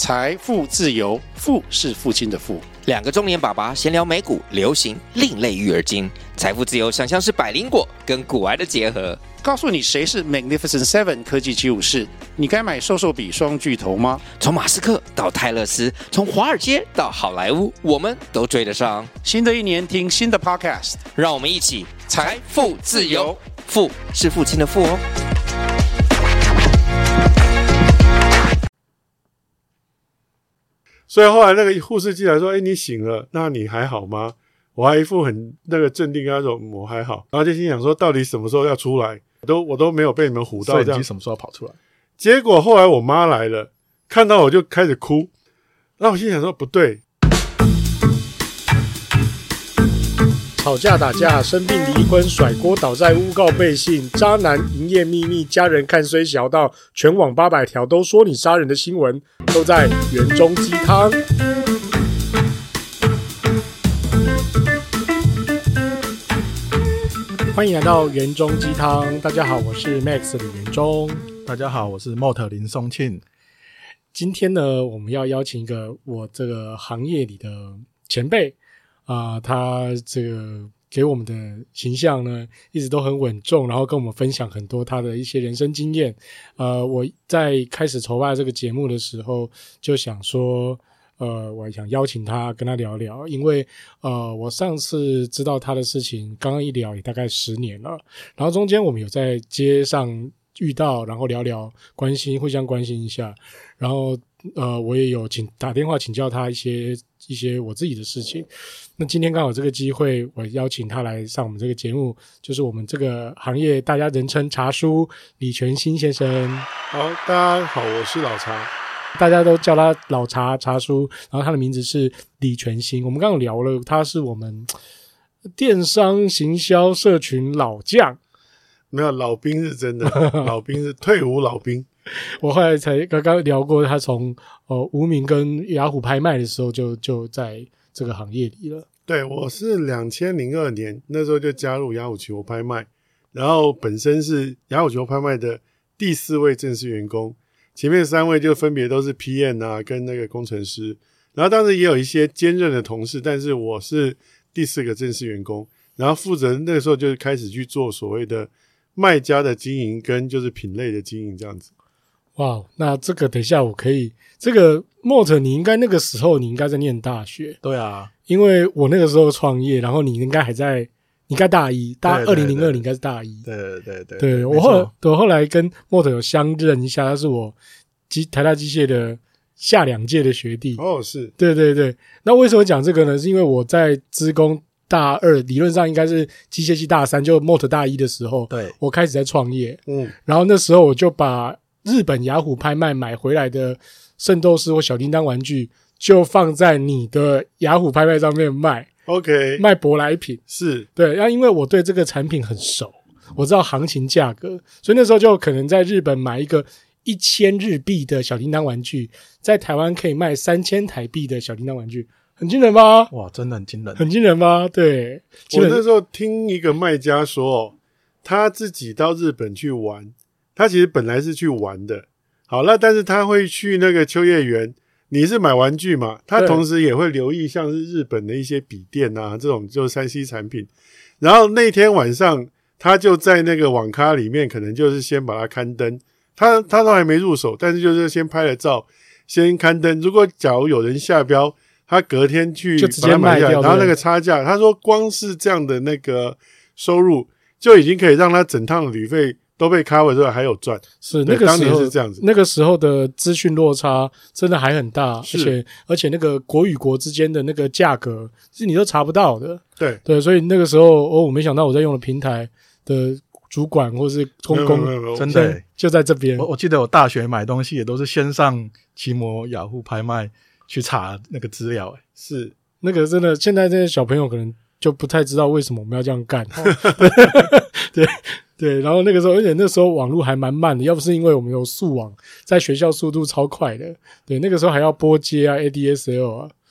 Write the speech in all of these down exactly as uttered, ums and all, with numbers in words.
财富自由，富是父亲的富。 两个中年爸爸闲聊美股、流行、另类育儿经。财富自由想象是百灵果跟股癌的结合。 告诉你谁是 Magnificent Seven 科技七武士，你该买瘦瘦比双巨头吗？ 从马斯克到泰勒斯，从华尔街到好莱坞，我们都追得上。 新的一年听新的 Podcast， 让我们一起财富自由， 富是父亲的富哦。 所以后来那个护士进来说：“哎，你醒了，那你还好吗？”我还一副很那个镇定跟他说：“我还好。”然后就心想说：“到底什么时候要出来？我都我都没有被你们唬到这样。” 所以你什么时候跑出来？ 结果后来我妈来了，看到我就开始哭。那我心想说：“不对， 吵架打架、生病离婚、甩锅倒债、诬告背信、渣男营业秘密、家人看衰小到全网八百条都说你杀人的新闻，都在园中鸡汤。”欢迎来到园中鸡汤，大家好，我是 Max 李元忠。 大家好，我是 Mot 林松庆。 今天呢，我们要邀请一个我这个行业里的前辈啊、呃，他这个给我们的形象呢，一直都很稳重，然后跟我们分享很多他的一些人生经验。呃，我在开始筹划这个节目的时候，就想说，呃，我想邀请他跟他聊聊，因为呃，我上次知道他的事情，刚刚一聊也大概十年了，然后中间我们有在街上遇到，然后聊聊关心，互相关心一下，然后呃，我也有请打电话请教他一些一些我自己的事情。那今天刚好这个机会，我邀请他来上我们这个节目，就是我们这个行业大家人称茶叔李全兴先生。 好，大家好，我是老茶， 大家都叫他老茶茶叔，然后他的名字是李全兴。我们刚刚聊了，他是我们电商行销社群老将。 没有老兵是真的，老兵是退伍老兵。 我后来才刚刚聊过，他从呃无名跟雅虎拍卖的时候就就在这个行业里了。 对，我是二零零二年那时候就加入雅虎奇摩拍卖，然后本身是雅虎奇摩拍卖的第四位正式员工，前面三位就分别都是 P M 啊跟那个工程师，然后当时也有一些兼任的同事，但是我是第四个正式员工，然后负责那个时候就开始去做所谓的卖家的经营跟就是品类的经营这样子。 哇，那这个等一下我可以，这个 Mot 你应该那个时候你应该在念大学。 对啊， 因为我那个时候创业，然后你应该还在，你应该大一，大二零零二你应该是大一。 对对对 对, 对，我后来我后来跟 Mot 有相认一下，他是我机台大机械的下两届的学弟。 哦，是， 对对对。那为什么讲这个呢？是因为我在资工大二，理论上应该是机械系大三，就 Mot 大一的时候， 对， 我开始在创业。 嗯， 然后那时候我就把日本雅虎拍卖买回来的圣斗士或小叮当玩具，就放在你的雅虎拍卖上面卖。 OK， 卖舶来品。 是， 对，然后因为我对这个产品很熟，我知道行情价格，所以那时候就可能在日本买一个一千日币的小叮当玩具，在台湾可以卖三千台币的小叮当玩具，很惊人吧？ 哇，真的很惊人， 很惊人吧？对， 我那时候听一个卖家说，他自己到日本去玩，他其实本来是去玩的，好，那但是他会去那个秋叶原，你是买玩具嘛，他同时也会留意像是日本的一些笔电啊，这种就 三 C 产品，然后那天晚上他就在那个网咖里面，可能就是先把它刊登，他他都还没入手，但是就是先拍了照，先刊登，如果假如有人下标，他隔天去就直接卖掉， 然后那个差价，他说光是这样的那个收入就已经可以让他整趟的旅费都被 cover 之外还有赚。 是那个时候当年是这样子， 那个时候的资讯落差真的还很大，而且而且那个国与国之间的那个价格是你都查不到的。 对对，所以那个时候哦，我没想到我在用的平台的主管或是公公真的、欸、 就在这边。 我我记得我大学买东西也都是先上奇摩雅虎拍卖去查那个资料、欸、 是那个真的，现在这些小朋友可能就不太知道为什么我们要这样干。对对，然后那个时候，而且那时候网络还蛮慢的，要不是因为我们有速网，在学校速度超快的。对，那个时候还要拨接啊 ，A D S L 啊。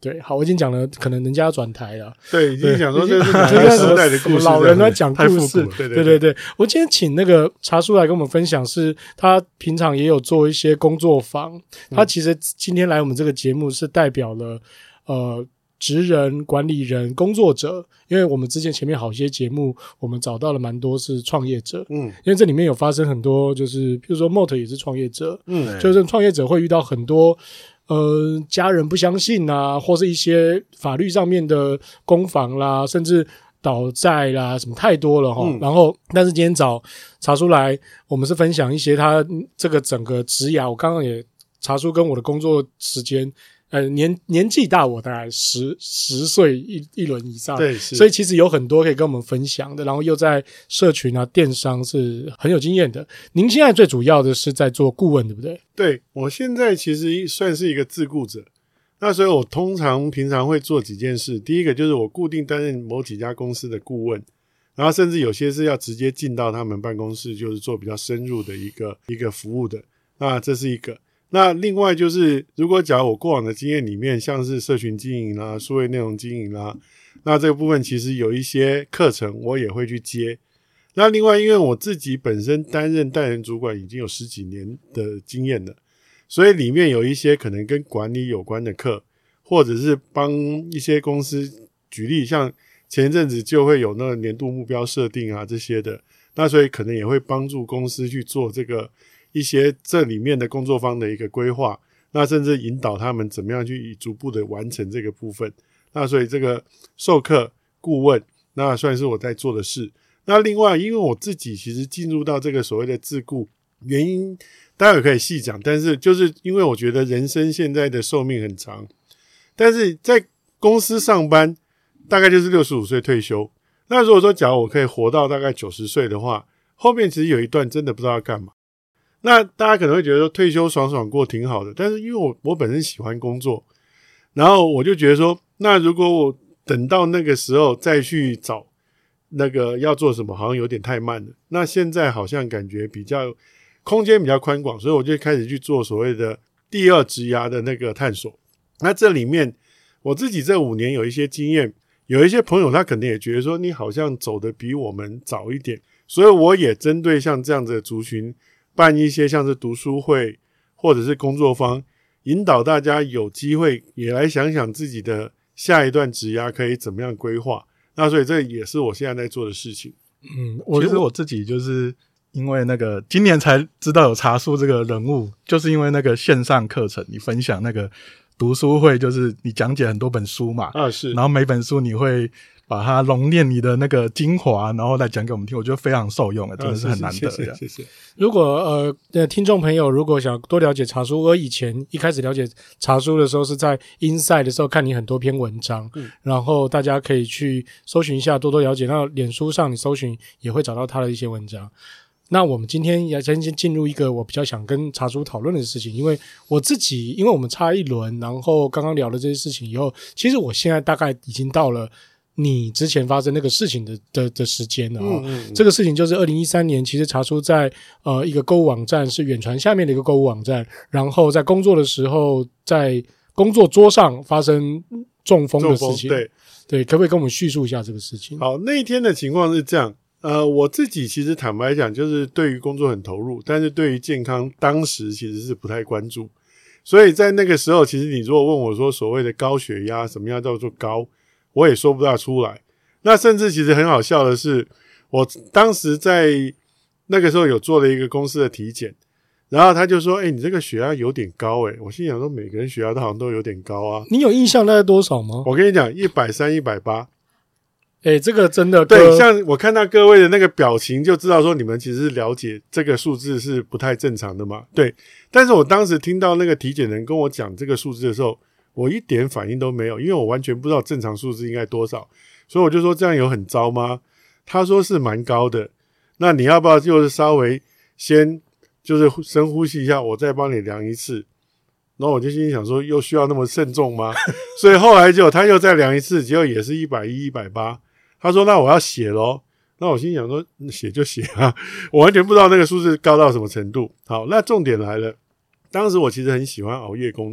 对，好，我已经讲了，可能人家要转台了。 对，已经想说这是哪个时代的故事， 老人来讲故事， 对对对对。我今天请那个茶叔来跟我们分享，是他平常也有做一些工作坊，他其实今天来我们这个节目是代表了呃。职人、管理人、工作者，因为我们之前前面好些节目，我们找到了蛮多是创业者，嗯，因为这里面有发生很多，就是比如说 Mot 也是创业者，嗯，就是创业者会遇到很多呃家人不相信啊，或是一些法律上面的攻防啦，甚至倒债啦，什么太多了齁、嗯、然后，但是今天找茶叔来，我们是分享一些他这个整个职涯，我刚刚也茶叔跟我的工作时间。呃，年年纪大我大概十十岁一一轮以上， 对， 所以其实有很多可以跟我们分享的，然后又在社群啊、电商是很有经验的。您现在最主要的是在做顾问，对不对？ 对，我现在其实算是一个自雇者，那所以我通常平常会做几件事。第一个就是我固定担任某几家公司的顾问，然后甚至有些是要直接进到他们办公室，就是做比较深入的一个一个服务的。那这是一个。那另外就是，如果假如我过往的经验里面，像是社群经营啦、数位内容经营啦，那这个部分其实有一些课程我也会去接。那另外，因为我自己本身担任带人主管已经有十几年的经验了，所以里面有一些可能跟管理有关的课，或者是帮一些公司举例，像前一阵子就会有那个年度目标设定啊这些的，那所以可能也会帮助公司去做这个。一些这里面的工作坊的一个规划，那甚至引导他们怎么样去逐步的完成这个部分。那所以这个授课顾问，那算是我在做的事。那另外，因为我自己其实进入到这个所谓的自雇，原因待会可以细讲，但是就是因为我觉得人生现在的寿命很长，但是在公司上班大概就是六十五岁退休。那如果说假如我可以活到大概九十岁的话，后面其实有一段真的不知道要干嘛。那大家可能会觉得说退休爽爽过挺好的，但是因为我我本身喜欢工作，然后我就觉得说，那如果我等到那个时候再去找那个要做什么，好像有点太慢了。那现在好像感觉比较空间比较宽广，所以我就开始去做所谓的第二职涯的那个探索。那这里面我自己这五年有一些经验，有一些朋友他可能也觉得说你好像走得比我们早一点，所以我也针对像这样子的族群办一些像是读书会或者是工作坊，引导大家有机会也来想想自己的下一段职涯可以怎么样规划。那所以这也是我现在在做的事情。 嗯，我其实我自己就是因为那个今年才知道有茶叔这个人物，就是因为那个线上课程你分享那个读书会，就是你讲解很多本书嘛， 啊是， 然后每本书你会把它熔炼你的那个精华，然后来讲给我们听，我觉得非常受用的，真的是很难得的。 谢谢谢谢。 如果呃听众朋友如果想多了解茶叔，我以前一开始了解茶叔的时候是在 Inside 的时候看你很多篇文章，嗯，然后大家可以去搜寻一下，多多了解。那脸书上你搜寻也会找到他的一些文章。那我们今天也先进入一个我比较想跟茶叔讨论的事情，因为我自己因为我们差一轮，然后刚刚聊了这些事情以后，其实我现在大概已经到了你之前发生那个事情的的的时间了、哦嗯嗯、这个事情就是二零一三年，其实茶叔在呃一个购物网站，是远传下面的一个购物网站，然后在工作的时候在工作桌上发生中风的事情。 对对，可不可以跟我们叙述一下这个事情？ 好，那一天的情况是这样，呃，我自己其实坦白讲，就是对于工作很投入，但是对于健康当时其实是不太关注，所以在那个时候，其实你如果问我说所谓的高血压，什么样叫做高，我也说不大出来。那甚至其实很好笑的是，我当时在那个时候有做了一个公司的体检，然后他就说：“哎、欸，你这个血压有点高。”哎，我心想说，每个人血压都好像都有点高啊。 你有印象大概多少吗？ 我跟你讲，一百三、一百八。 哎，这个真的对，像我看到各位的那个表情，就知道说你们其实是了解这个数字是不太正常的嘛。对，但是我当时听到那个体检人跟我讲这个数字的时候，我一点反应都没有，因为我完全不知道正常数字应该多少，所以我就说这样有很糟吗？他说是蛮高的，那你要不要就是稍微先就是深呼吸一下，我再帮你量一次。然后我就心里想说，又需要那么慎重吗？所以后来就他又再量一次，结果也是一百一、一百八。他说那我要写咯，那我心里想说写就写啊，我完全不知道那个数字高到什么程度。好，那重点来了，当时我其实很喜欢熬夜工作，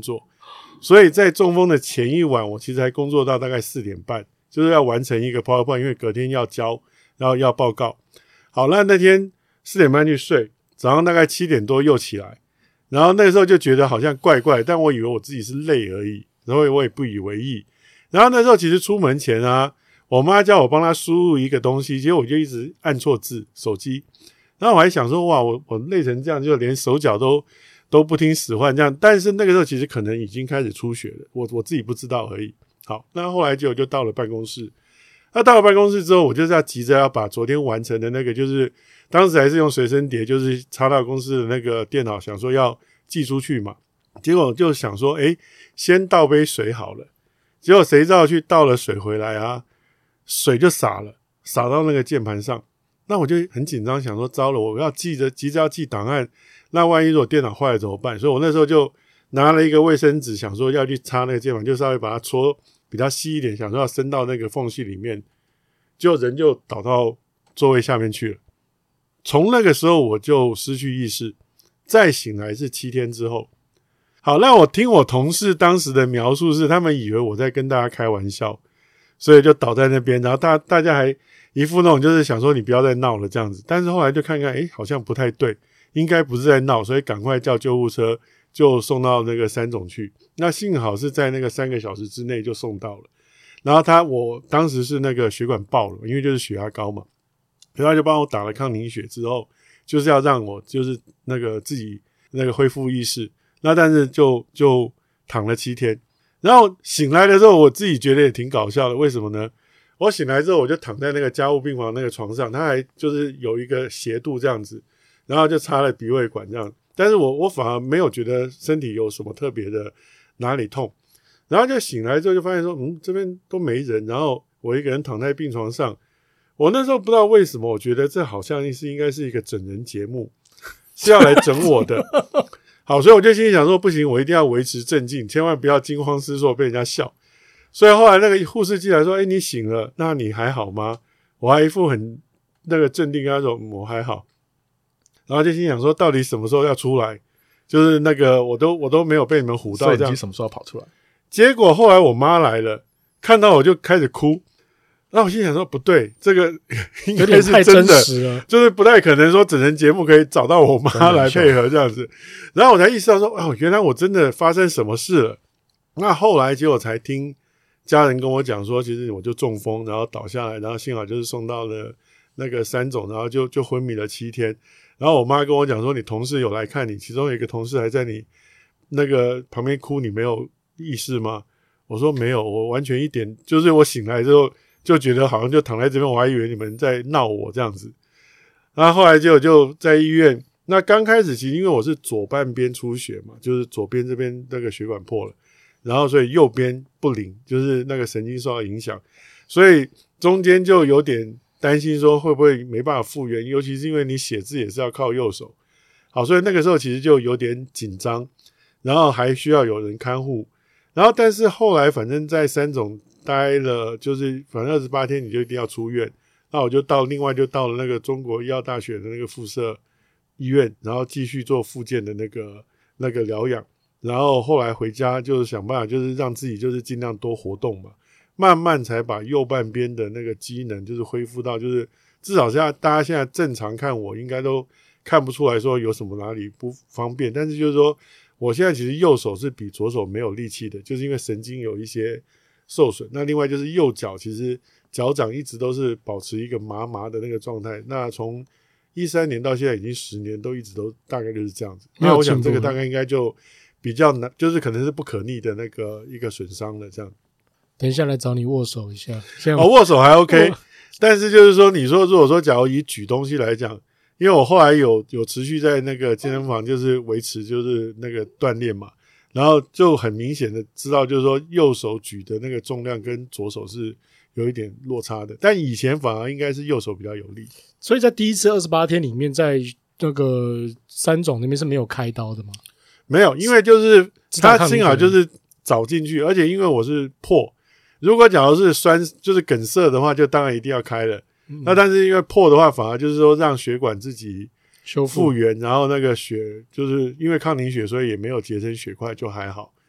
所以在中风的前一晚，我其实还工作到大概四点半，就是要完成一个 PowerPoint， 因为隔天要交，然后要报告。好，那那天四点半去睡，早上大概七点多又起来，然后那个时候就觉得好像怪怪，但我以为我自己是累而已，然后我也不以为意。然后那时候其实出门前啊，我妈叫我帮她输入一个东西，结果我就一直按错字，手机。然后我还想说，哇，我我累成这样，就连手脚都都不听使唤这样。但是那个时候其实可能已经开始出血了，我我自己不知道而已。好，那后来结果就到了办公室。那到了办公室之后，我就是要急着要把昨天完成的那个，就是当时还是用随身碟，就是插到公司的那个电脑，想说要寄出去嘛。结果就想说，诶，先倒杯水好了。结果谁知道去倒了水回来啊，水就洒了，洒到那个键盘上。那我就很紧张，想说糟了，我要记着急着要记档案，那万一如果电脑坏了怎么办？所以我那时候就拿了一个卫生纸，想说要去擦那个键盘，就稍微把它搓比较细一点，想说要伸到那个缝隙里面，结果人就倒到座位下面去了。从那个时候我就失去意识，再醒来是七天之后。好，那我听我同事当时的描述是，他们以为我在跟大家开玩笑，所以就倒在那边，然后大大家还一副那种就是想说你不要再闹了这样子。但是后来就看看，诶，好像不太对，应该不是在闹，所以赶快叫救护车，就送到那个三总去。那幸好是在那个三个小时之内就送到了。然后他我当时是那个血管爆了，因为就是血压高嘛，所以他就帮我打了抗凝血之后，就是要让我就是那个自己那个恢复意识。那但是就就躺了七天，然后醒来的时候，我自己觉得也挺搞笑的。为什么呢？我醒来之后，我就躺在那个加护病房那个床上，它还就是有一个斜度这样子，然后就插了鼻胃管这样。但是我我反而没有觉得身体有什么特别的哪里痛，然后就醒来之后就发现说，嗯，这边都没人，然后我一个人躺在病床上。我那时候不知道为什么，我觉得这好像是应该是一个整人节目，是要来整我的。好，所以我就心里想说，不行，我一定要维持镇静，千万不要惊慌失措被人家笑。所以后来那个护士进来说，诶，你醒了，那你还好吗？我还一副很那个镇定跟他说，嗯，我还好。然后就心想说，到底什么时候要出来？就是那个我都我都没有被你们唬到这样。 摄影机什么时候跑出来？ 结果后来我妈来了，看到我就开始哭。然后我心想说，不对，这个应该是真的， 有点太真实了， 就是不太可能说整人节目可以找到我妈来配合这样子。然后我才意识到说，哦，原来我真的发生什么事了。那后来结果才听家人跟我讲说，其实我就中风，然后倒下来，然后幸好就是送到了那个三总，然后就就昏迷了七天。然后我妈跟我讲说，你同事有来看你，其中有一个同事还在你那个旁边哭，你没有意识吗？我说没有，我完全一点，就是我醒来之后就觉得好像就躺在这边，我还以为你们在闹我这样子。然后后来结果就在医院，那刚开始其实因为我是左半边出血嘛，就是左边这边那个血管破了，然后所以右边不灵，就是那个神经受到影响，所以中间就有点担心说会不会没办法复原，尤其是因为你写字也是要靠右手。好，所以那个时候其实就有点紧张，然后还需要有人看护。然后但是后来反正在三总待了，就是反正二十八天你就一定要出院。那我就到另外就到了那个中国医药大学的那个附设医院，然后继续做复健的那个那个疗养。然后后来回家就是想办法，就是让自己就是尽量多活动嘛，慢慢才把右半边的那个机能就是恢复到，就是至少现在大家现在正常看我应该都看不出来说有什么哪里不方便，但是就是说我现在其实右手是比左手没有力气的，就是因为神经有一些受损。那另外就是右脚其实脚掌一直都是保持一个麻麻的那个状态，那从一三年到现在已经十年都一直都大概就是这样子。那我想这个大概应该就比较难，就是可能是不可逆的那个一个损伤了这样。 等一下来找你握手一下。 哦，握手还 OK， 但是就是说你说如果说假如以举东西来讲，因为我后来有有持续在那个健身房就是维持就是那个锻炼嘛，然后就很明显的知道就是说右手举的那个重量跟左手是有一点落差的，但以前反而应该是右手比较有力。 所以在第一次二十八天里面，在那个三总那边是没有开刀的吗？ 没有，因为就是他幸好就是早进去，而且因为我是破，如果假如是栓就是梗塞的话，就当然一定要开了。嗯、那但是因为破的话，反而就是说让血管自己修复复原，然后那个血就是因为抗凝血，所以也没有结成血块，就还好。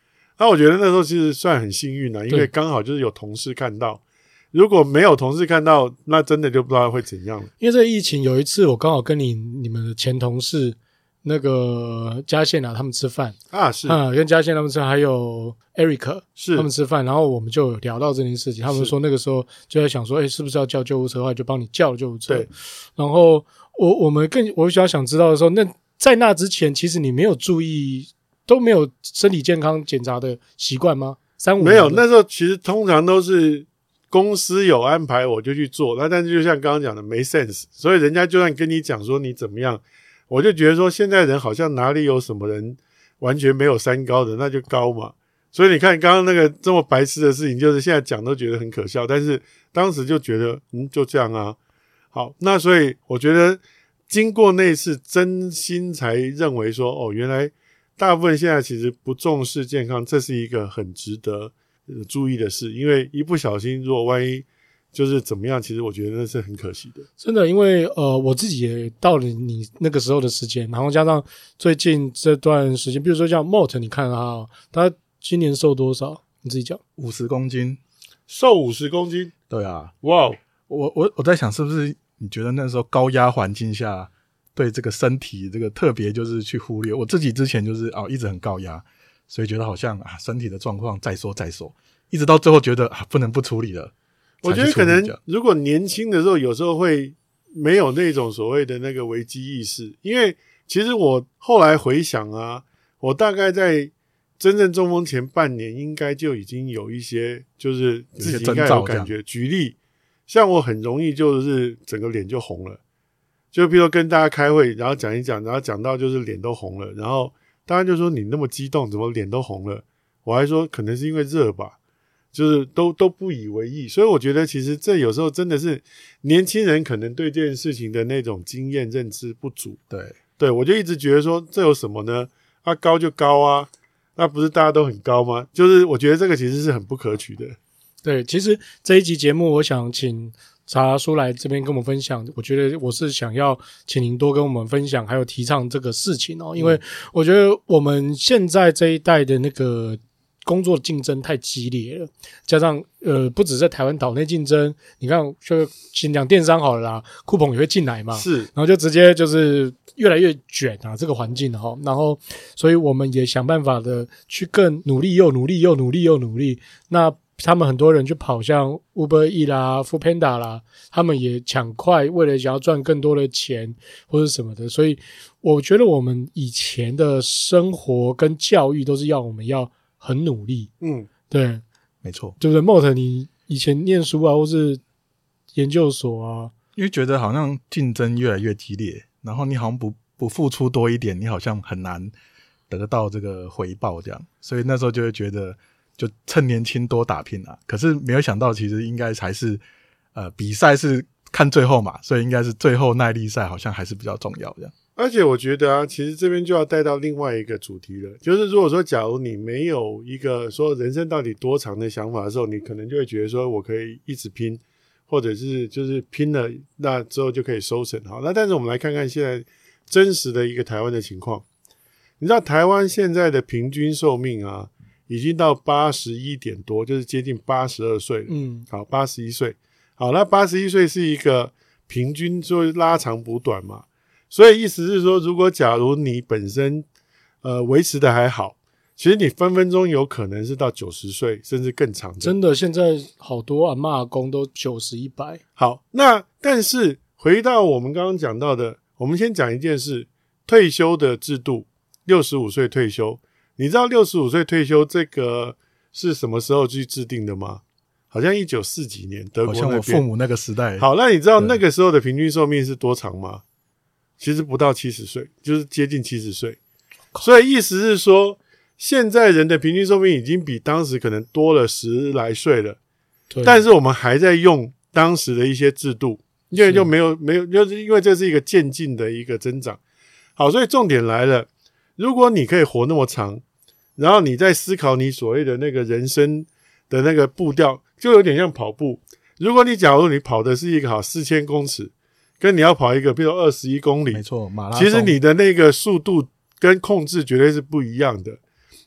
那我觉得那时候其实算很幸运啦，因为刚好就是有同事看到，如果没有同事看到，那真的就不知道会怎样了。 因为这个疫情有一次我刚好跟你你们的前同事那个嘉宪啊他们吃饭啊，是啊、嗯，跟嘉宪他们吃，还有 Eric 是他们吃饭，然后我们就有聊到这件事情，他们说那个时候就在想说，哎，是不是要叫救护车，后来就帮你叫了救护车。 对， 然后我我们更我比较想知道的时候，那在那之前，其实你没有注意，都没有身体健康检查的习惯吗？三五没有，那时候其实通常都是公司有安排我就去做，那但是就像刚刚讲的没 sense， 所以人家就算跟你讲说你怎么样，我就觉得说现在人好像哪里有什么人完全没有三高的，那就高嘛。所以你看刚刚那个这么白痴的事情，就是现在讲都觉得很可笑，但是当时就觉得嗯就这样啊。好，那所以我觉得经过那次真心才认为说哦，原来大部分现在其实不重视健康，这是一个很值得、呃、注意的事，因为一不小心如果万一就是怎么样，其实我觉得那是很可惜的。 真的，因为呃，我自己也到了你那个时候的时间，然后加上最近这段时间，比如说像 Mort， 你看啊，他今年瘦多少？你自己讲， 五十公斤， 瘦五十公斤， 对啊， 哇！ 我我我在想，是不是你觉得那时候高压环境下，对这个身体这个特别就是去忽略？我自己之前就是哦一直很高压，所以觉得好像啊身体的状况再说再说，一直到最后觉得啊不能不处理了。 我觉得可能如果年轻的时候有时候会没有那种所谓的那个危机意识，因为其实我后来回想啊，我大概在真正中风前半年应该就已经有一些就是自己应该有感觉。举例像我很容易就是整个脸就红了，就比如说跟大家开会然后讲一讲，然后讲到就是脸都红了，然后大家就说你那么激动怎么脸都红了，我还说可能是因为热吧，就是都都不以为意。所以我觉得其实这有时候真的是年轻人可能对这件事情的那种经验认知不足。 对对，我就一直觉得说这有什么呢，啊高就高啊，那不是大家都很高吗？就是我觉得这个其实是很不可取的。 对，其实这一集节目我想请查叔来这边跟我们分享，我觉得我是想要请您多跟我们分享还有提倡这个事情哦，因为我觉得我们现在这一代的那个工作竞争太激烈了，加上呃不止在台湾岛内竞争，你看就先讲电商好了啦，酷澎也会进来嘛， 是， 然后就直接就是越来越卷啊这个环境哈，然后所以我们也想办法的去更努力又努力又努力又努力，那他们很多人就跑向 Uber Eats 啦 Foodpanda 啦，他们也抢快为了想要赚更多的钱或者什么的，所以我觉得我们以前的生活跟教育都是要我们要很努力， 嗯， 对，没错， 对不对 Mort 你以前念书啊或是研究所啊， 因为觉得好像竞争越来越激烈，然后你好像不不付出多一点，你好像很难得到这个回报这样，所以那时候就会觉得就趁年轻多打拼啊。可是没有想到其实应该才是呃比赛是看最后嘛，所以应该是最后耐力赛好像还是比较重要这样。 而且我觉得啊，其实这边就要带到另外一个主题了，就是如果说假如你没有一个说人生到底多长的想法的时候，你可能就会觉得说我可以一直拼，或者是就是拼了那之后就可以收成。好，那但是我们来看看现在真实的一个台湾的情况。你知道台湾现在的平均寿命啊已经到八十一点多，就是接近八十二岁了。 嗯， 好，八十一岁。好，那八十一岁是一个平均就拉长补短嘛。所以意思是说，如果假如你本身呃维持的还好，其实你分分钟有可能是到九十岁甚至更长的。 真的，现在好多阿嬷阿公都九十一百。 好，那但是回到我们刚刚讲到的，我们先讲一件事，退休的制度，六十五岁退休。你知道六十五岁退休这个是什么时候去制定的吗？好像一九四几年德国那边。 好像我父母那个时代。 好，那你知道那个时候的平均寿命是多长吗？其实不到七十岁，就是接近七十岁。所以意思是说，现在人的平均寿命已经比当时可能多了十来岁了。但是我们还在用当时的一些制度，因为就没有没有，就是因为这是一个渐进的一个增长。好，所以重点来了，如果你可以活那么长，然后你在思考你所谓的那个人生的那个步调，就有点像跑步。如果你假如你跑的是一个好四千公尺，跟你要跑一个比如二十一公里， 没错，马拉松， 其实你的那个速度跟控制绝对是不一样的。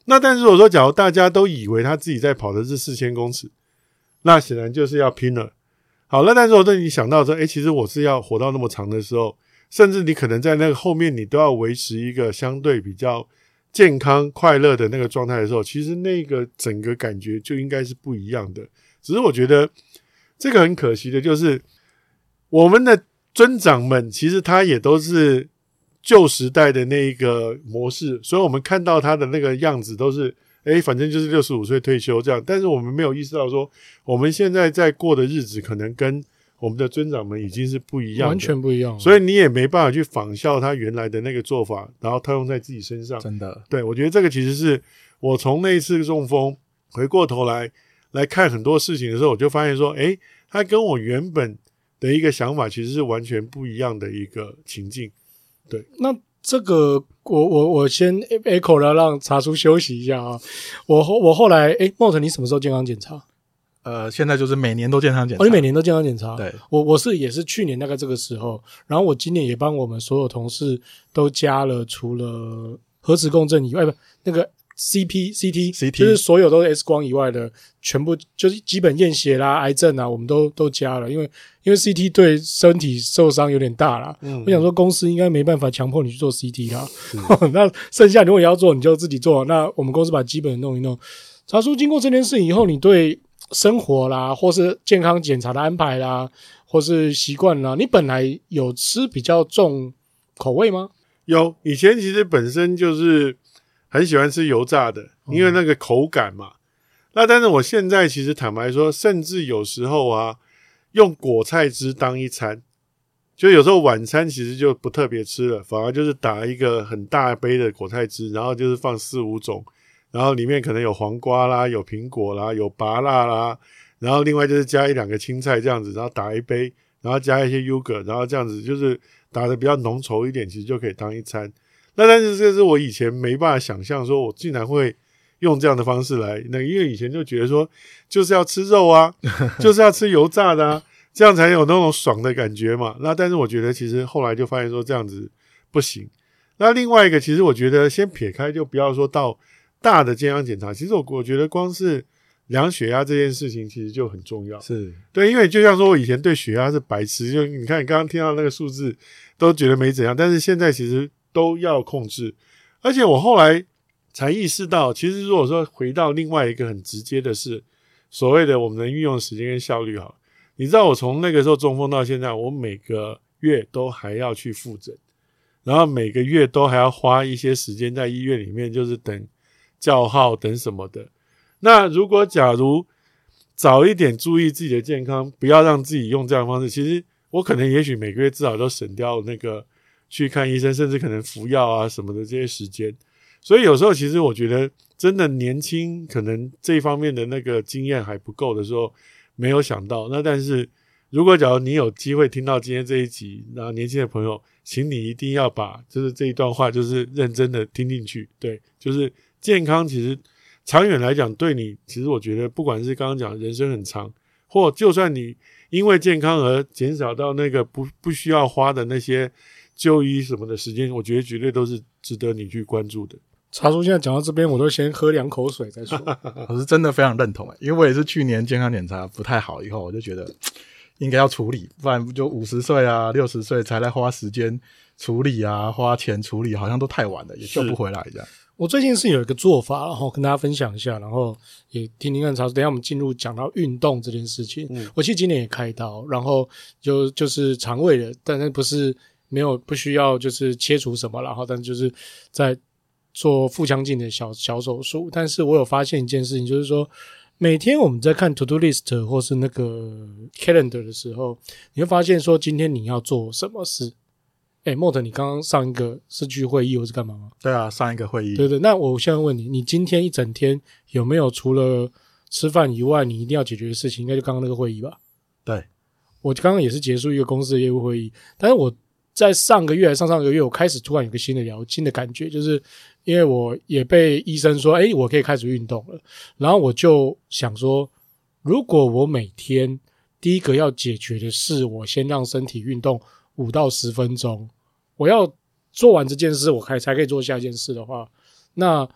那但是如果说假如大家都以为他自己在跑的是四千公尺，那显然就是要拼了。好，那但是我对你想到说，诶，其实我是要活到那么长的时候，甚至你可能在那个后面你都要维持一个相对比较健康快乐的那个状态的时候，其实那个整个感觉就应该是不一样的。只是我觉得这个很可惜的就是我们的尊长们其实他也都是旧时代的那一个模式，所以我们看到他的那个样子都是诶反正就是六十五岁退休这样，但是我们没有意识到说我们现在在过的日子可能跟我们的尊长们已经是不一样的， 完全不一样， 所以你也没办法去仿效他原来的那个做法，然后套用在自己身上。 真的， 对，我觉得这个其实是我从那一次中风回过头来来看很多事情的时候，我就发现说，诶，他跟我原本的一个想法其实是完全不一样的一个情境。对， 那这个我我我先 echo 了，让茶叔休息一下啊。我后我后来，诶 Mott 你什么时候健康检查？ 呃，现在就是每年都健康检查。 哦，你每年都健康检查？ 对， 我我是也是去年大概这个时候，然后我今年也帮我们所有同事都加了，除了核磁共振以外，不那个 C P C T C T 就是所有都是 X 光以外的，全部就是基本验血啦、癌症啊，我们都都加了，因为因为 C T 对身体受伤有点大啦。嗯，我想说公司应该没办法强迫你去做 C T 啦，那剩下如果你要做，你就自己做。那我们公司把基本的弄一弄。查出经过这件事以后，你对生活啦，或是健康检查的安排啦，或是习惯啦，你本来有吃比较重口味吗？ 有，以前其实本身就是很喜欢吃油炸的，因为那个口感嘛。嗯、那但是我现在其实坦白说，甚至有时候啊，用果菜汁当一餐，就有时候晚餐其实就不特别吃了，反而就是打一个很大杯的果菜汁，然后就是放四五种。然后里面可能有黄瓜啦，有苹果啦，有芭乐啦，然后另外就是加一两个青菜这样子，然后打一杯，然后加一些 yogurt， 然后这样子就是打得比较浓稠一点，其实就可以当一餐。那但是这是我以前没办法想象说我竟然会用这样的方式来，那因为以前就觉得说就是要吃肉啊，就是要吃油炸的啊，这样才有那种爽的感觉嘛。那但是我觉得其实后来就发现说这样子不行。那另外一个其实我觉得先撇开，就不要说到大的健康检查，其实我我觉得光是量血压这件事情其实就很重要。 是对，因为就像说我以前对血压是白痴，就你看你刚刚听到那个数字都觉得没怎样，但是现在其实都要控制。而且我后来才意识到，其实如果说回到另外一个很直接的是所谓的我们的运用时间跟效率好，你知道我从那个时候中风到现在，我每个月都还要去复诊，然后每个月都还要花一些时间在医院里面，就是等叫号等什么的。那如果假如早一点注意自己的健康，不要让自己用这样的方式，其实我可能也许每个月至少都省掉那个去看医生，甚至可能服药啊什么的这些时间。所以有时候其实我觉得真的年轻可能这一方面的那个经验还不够的时候没有想到。那但是如果假如你有机会听到今天这一集，那年轻的朋友请你一定要把就是这一段话就是认真的听进去。对，就是健康其实长远来讲对你，其实我觉得不管是刚刚讲人生很长，或就算你因为健康而减少到那个不不需要花的那些就医什么的时间，我觉得绝对都是值得你去关注的。 茶叔现在讲到这边，我都先喝两口水再说。 我是真的非常认同，因为我也是去年健康检查不太好以后，我就觉得应该要处理，不然就五十岁啊六十岁才来花时间处理啊，花钱处理好像都太晚了，也救不回来这样。 我最近是有一个做法，然后跟大家分享一下，然后也听听看茶叔。等一下我们进入讲到运动这件事情，嗯、我其实今年也开刀，然后就就是肠胃的，但是不是没有不需要就是切除什么，然后但就是在做腹腔镜的小小手术。但是我有发现一件事情，就是说每天我们在看 to do list 或是那个 calendar 的时候，你会发现说今天你要做什么事。诶 Mott 你刚刚上一个是去会议或是干嘛吗？ 对啊，上一个会议。 对对，那我现在问你，你今天一整天有没有除了吃饭以外你一定要解决的事情？应该就刚刚那个会议吧。 对， 我刚刚也是结束一个公司的业务会议，但是我在上个月还上上个月我开始突然有个新的聊新的感觉，就是因为我也被医生说诶我可以开始运动了，然后我就想说如果我每天第一个要解决的是我先让身体运动五到十分钟，我要做完这件事我才可以做下一件事的话，那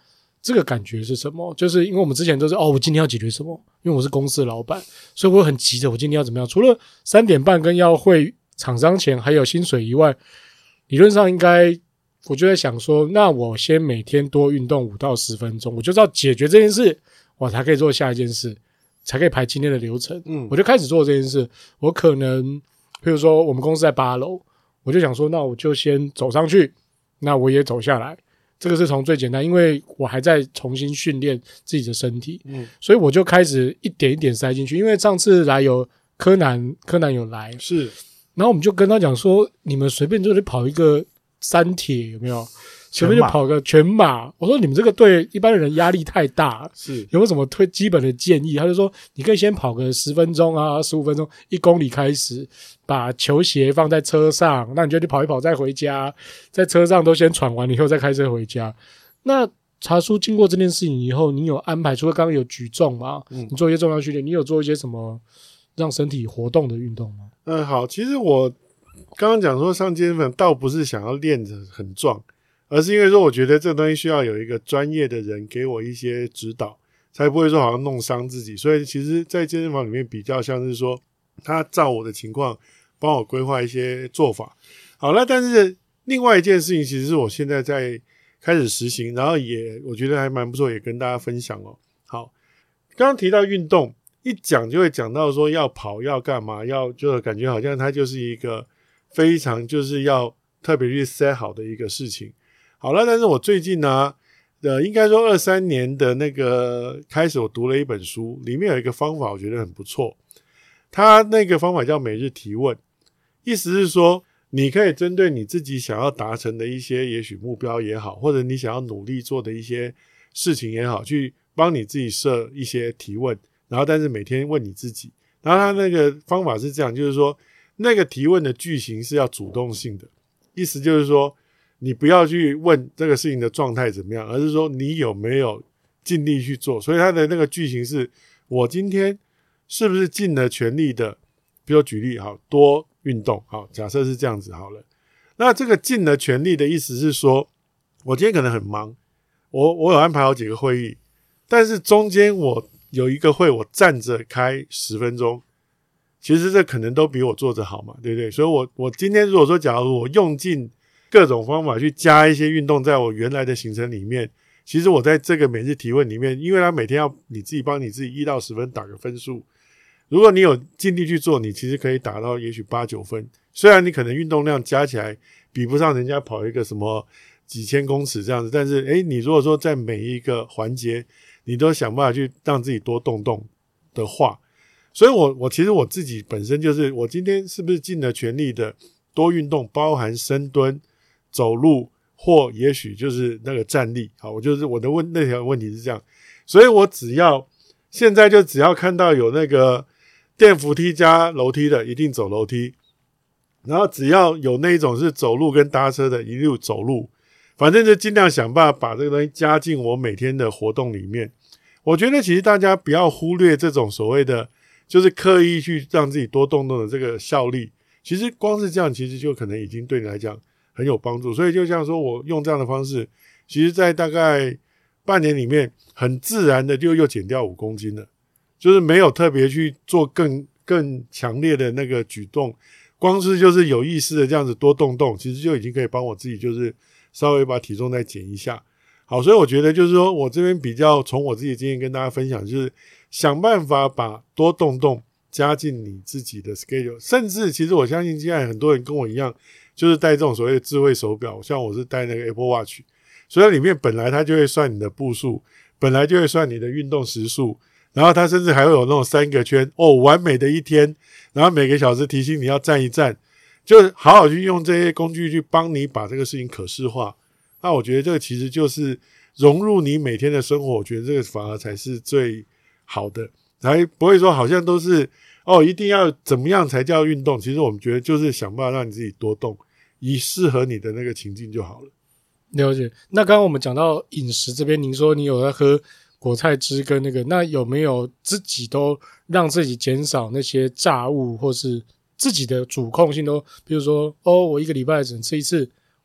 这个感觉是什么？就是因为我们之前都是哦，我今天要解决什么？因为我是公司的老板，所以我很急着，我今天要怎么样？除了三点半跟要汇厂商钱还有薪水以外，理论上应该我就在想说，那我先每天多运动五到十分钟，我就知道解决这件事，我才可以做下一件事，才可以排今天的流程。嗯，我就开始做这件事。我可能譬如说我们公司在八楼，我就想说，那我就先走上去，那我也走下来。这个是从最简单，因为我还在重新训练自己的身体，嗯，所以我就开始一点一点塞进去。因为上次来有柯南，柯南有来， 是， 然后我们就跟他讲说，你们随便就得跑一个三铁有没有？随便就跑个全马。我说你们这个对一般人压力太大，是有没有什么推基本的建议？他就说你可以先跑个十分钟啊，十五分钟，一公里开始，把球鞋放在车上，那你就去跑一跑再回家，在车上都先喘完以后再开车回家。那茶叔经过这件事情以后，你有安排除了刚刚有举重嘛，嗯，你做一些重量训练，你有做一些什么让身体活动的运动吗？ 嗯，好，其实我刚刚讲说上健身房倒不是想要练得很壮，而是因为说我觉得这个东西需要有一个专业的人给我一些指导，才不会说好像弄伤自己。所以其实在健身房里面比较像是说他照我的情况帮我规划一些做法。好了，但是另外一件事情其实是我现在在开始实行，然后也我觉得还蛮不错，也跟大家分享哦。好，刚刚提到运动，一讲就会讲到说要跑要干嘛，要就感觉好像它就是一个非常就是要特别去 set 好的一个事情。好了，但是我最近呢，呃，应该说二三年的那个开始，我读了一本书，里面有一个方法，我觉得很不错。它那个方法叫每日提问，意思是说，你可以针对你自己想要达成的一些也许目标也好，或者你想要努力做的一些事情也好，去帮你自己设一些提问，然后但是每天问你自己。然后它那个方法是这样，就是说，那个提问的句型是要主动性的，意思就是说，你不要去问这个事情的状态怎么样，而是说你有没有尽力去做。所以他的那个句型是，我今天是不是尽了全力的，比如举例，好，多运动，好，假设是这样子好了。那这个尽了全力的意思是说，我今天可能很忙，我我有安排好几个会议，但是中间我有一个会我站着开十分钟，其实这可能都比我坐着好嘛，对不对？所以我我今天如果说假如我用尽各种方法去加一些运动在我原来的行程里面，其实我在这个每日提问里面，因为他每天要你自己帮你自己一到十分打个分数，如果你有尽力去做，你其实可以打到也许八九分，虽然你可能运动量加起来比不上人家跑一个什么几千公尺这样子，但是诶你如果说在每一个环节你都想办法去让自己多动动的话，所以我我其实我自己本身就是我今天是不是尽了全力的多运动，包含深蹲、走路或也许就是那个站立。好，我就是我的问那条问题是这样，所以我只要现在就只要看到有那个电扶梯加楼梯的一定走楼梯，然后只要有那种是走路跟搭车的一路走路，反正就尽量想办法把这个东西加进我每天的活动里面。我觉得其实大家不要忽略这种所谓的就是刻意去让自己多动动的这个效力，其实光是这样其实就可能已经对你来讲很有帮助。所以就像说我用这样的方式，其实在大概半年里面很自然的就又减掉五公斤了，就是没有特别去做更更强烈的那个举动，光是就是有意识的这样子多动动，其实就已经可以帮我自己就是稍微把体重再减一下。好，所以我觉得就是说我这边比较从我自己的经验跟大家分享，就是想办法把多动动加进你自己的 schedule， 甚至其实我相信现在很多人跟我一样，就是戴这种所谓的智慧手表，像我是戴那个 Apple Watch， 所以它里面本来它就会算你的步数，本来就会算你的运动时数，然后它甚至还会有那种三个圈，哦，完美的一天，然后每个小时提醒你要站一站，就好好去用这些工具去帮你把这个事情可视化。那我觉得这个其实就是融入你每天的生活，我觉得这个反而才是最好的，还不会说好像都是哦一定要怎么样才叫运动，其实我们觉得就是想办法让你自己多动，以适合你的那个情境就好了。 了解。那刚刚我们讲到饮食这边，您说你有在喝果菜汁跟那个，那有没有自己都让自己减少那些炸物，或是自己的主控性都，比如说哦我一个礼拜只能吃一次，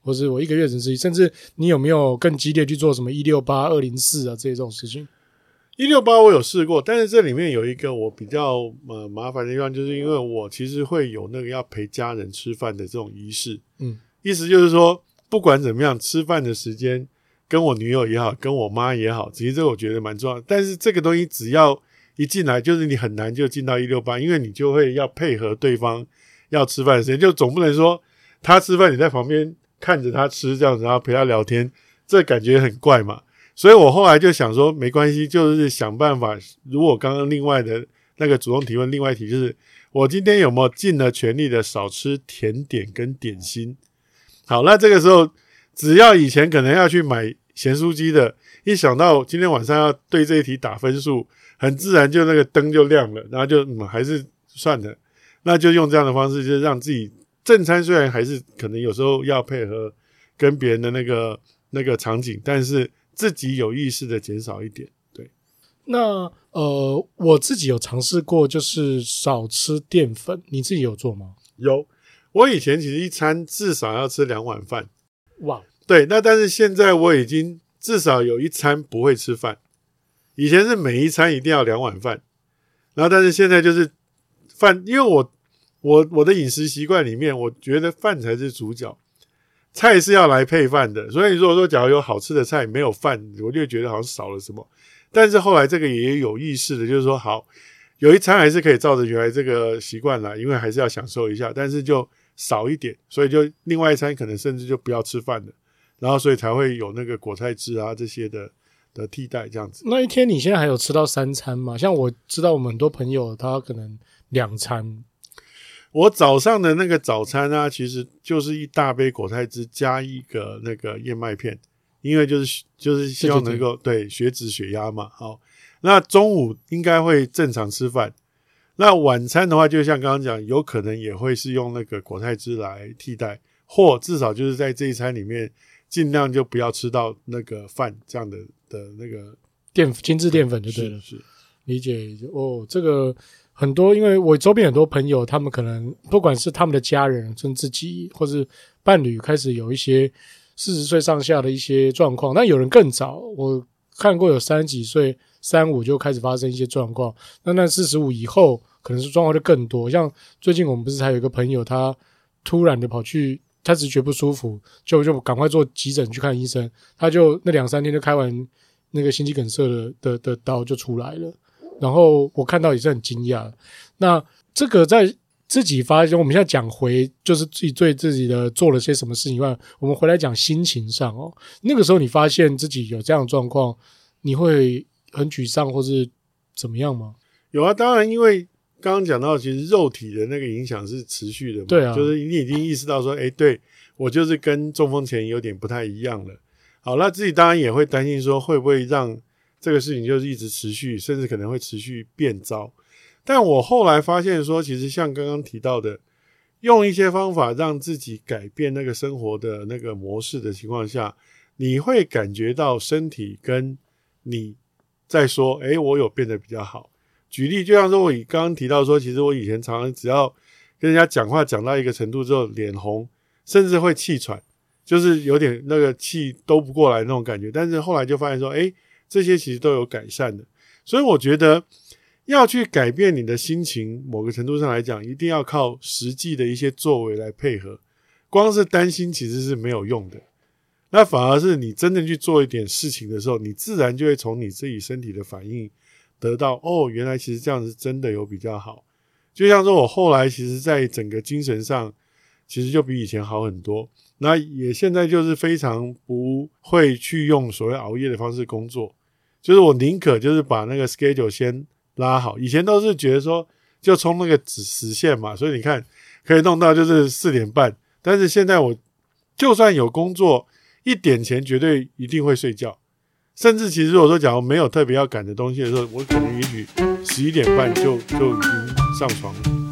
或是我一个月只能吃一，甚至你有没有更激烈去做什么一六八、二零四啊这些这种事情？ 一六八我有试过，但是这里面有一个我比较呃麻烦的地方，就是因为我其实会有那个要陪家人吃饭的这种仪式， 嗯， 意思就是说不管怎么样，吃饭的时间跟我女友也好，跟我妈也好，其实这个我觉得蛮重要的。但是这个东西只要一进来，就是你很难就进到一六八，因为你就会要配合对方要吃饭的时间，就总不能说他吃饭你在旁边看着他吃这样子，然后陪他聊天，这感觉很怪嘛。所以我后来就想说没关系，就是想办法，如果刚刚另外的那个主动提问，另外一题就是我今天有没有尽了全力的少吃甜点跟点心。好，那这个时候只要以前可能要去买咸酥鸡的，一想到今天晚上要对这一题打分数，很自然就那个灯就亮了，然后就嗯还是算了，那就用这样的方式，就是让自己正餐虽然还是可能有时候要配合跟别人的那个那个场景，但是自己有意识的减少一点。对， 那呃，我自己有尝试过，就是少吃淀粉，你自己有做吗？ 有，我以前其实一餐至少要吃两碗饭。 哇， 对，那但是现在我已经至少有一餐不会吃饭，以前是每一餐一定要两碗饭，然后但是现在就是饭，因为我我我的饮食习惯里面，我觉得饭才是主角。菜是要来配饭的，所以如果说假如有好吃的菜没有饭，我就觉得好像少了什么。但是后来这个也有意识的，就是说好，有一餐还是可以照着原来这个习惯来，因为还是要享受一下，但是就少一点，所以就另外一餐可能甚至就不要吃饭了，然后所以才会有那个果菜汁啊这些的的替代这样子。 那一天你现在还有吃到三餐吗？像我知道我们很多朋友他可能两餐。 我早上的那个早餐啊，其实就是一大杯果菜汁加一个那个燕麦片，因为就是就是希望能够 对, 对, 对血脂血压嘛。好，那中午应该会正常吃饭，那晚餐的话，就像刚刚讲，有可能也会是用那个果菜汁来替代，或至少就是在这一餐里面尽量就不要吃到那个饭这样的的那个淀精致淀粉就对了。 是, 是理解哦，这个。很多，因为我周边很多朋友，他们可能不管是他们的家人，甚至自己或是伴侣，开始有一些四十岁上下的一些状况。那有人更早，我看过有三十几岁、三五就开始发生一些状况。那那四十五以后，可能是状况就更多。像最近我们不是还有一个朋友，他突然的跑去，他只是觉得不舒服，就就赶快做急诊去看医生，他就那两三天就开完那个心肌梗塞的的的刀就出来了。然后我看到也是很惊讶。那这个在自己发现，我们现在讲回就是自己对自己的做了些什么事情以外，我们回来讲心情上哦。那个时候你发现自己有这样的状况，你会很沮丧或是怎么样吗？ 有啊，当然，因为刚刚讲到，其实肉体的那个影响是持续的嘛。 对啊， 就是你已经意识到说，哎，对我就是跟中风前有点不太一样了。好，那自己当然也会担心说，会不会让这个事情就是一直持续，甚至可能会持续变糟。但我后来发现说，其实像刚刚提到的，用一些方法让自己改变那个生活的那个模式的情况下，你会感觉到身体跟你在说，诶，我有变得比较好。举例，就像说我刚刚提到说，其实我以前常常只要跟人家讲话讲到一个程度之后，脸红，甚至会气喘，就是有点那个气都不过来那种感觉。但是后来就发现说，诶，这些其实都有改善的。所以我觉得要去改变你的心情，某个程度上来讲，一定要靠实际的一些作为来配合。光是担心其实是没有用的，那反而是你真正去做一点事情的时候，你自然就会从你自己身体的反应得到，哦，原来其实这样子真的有比较好。就像说我后来其实在整个精神上其实就比以前好很多，那也现在就是非常不会去用所谓熬夜的方式工作，就是我宁可就是把那个 schedule 先拉好。以前都是觉得说就冲那个死线嘛，所以你看可以弄到就是四点半，但是现在我就算有工作，一点前绝对一定会睡觉，甚至其实如果说假如没有特别要赶的东西的时候，我可能也许十一点半就就已经上床了。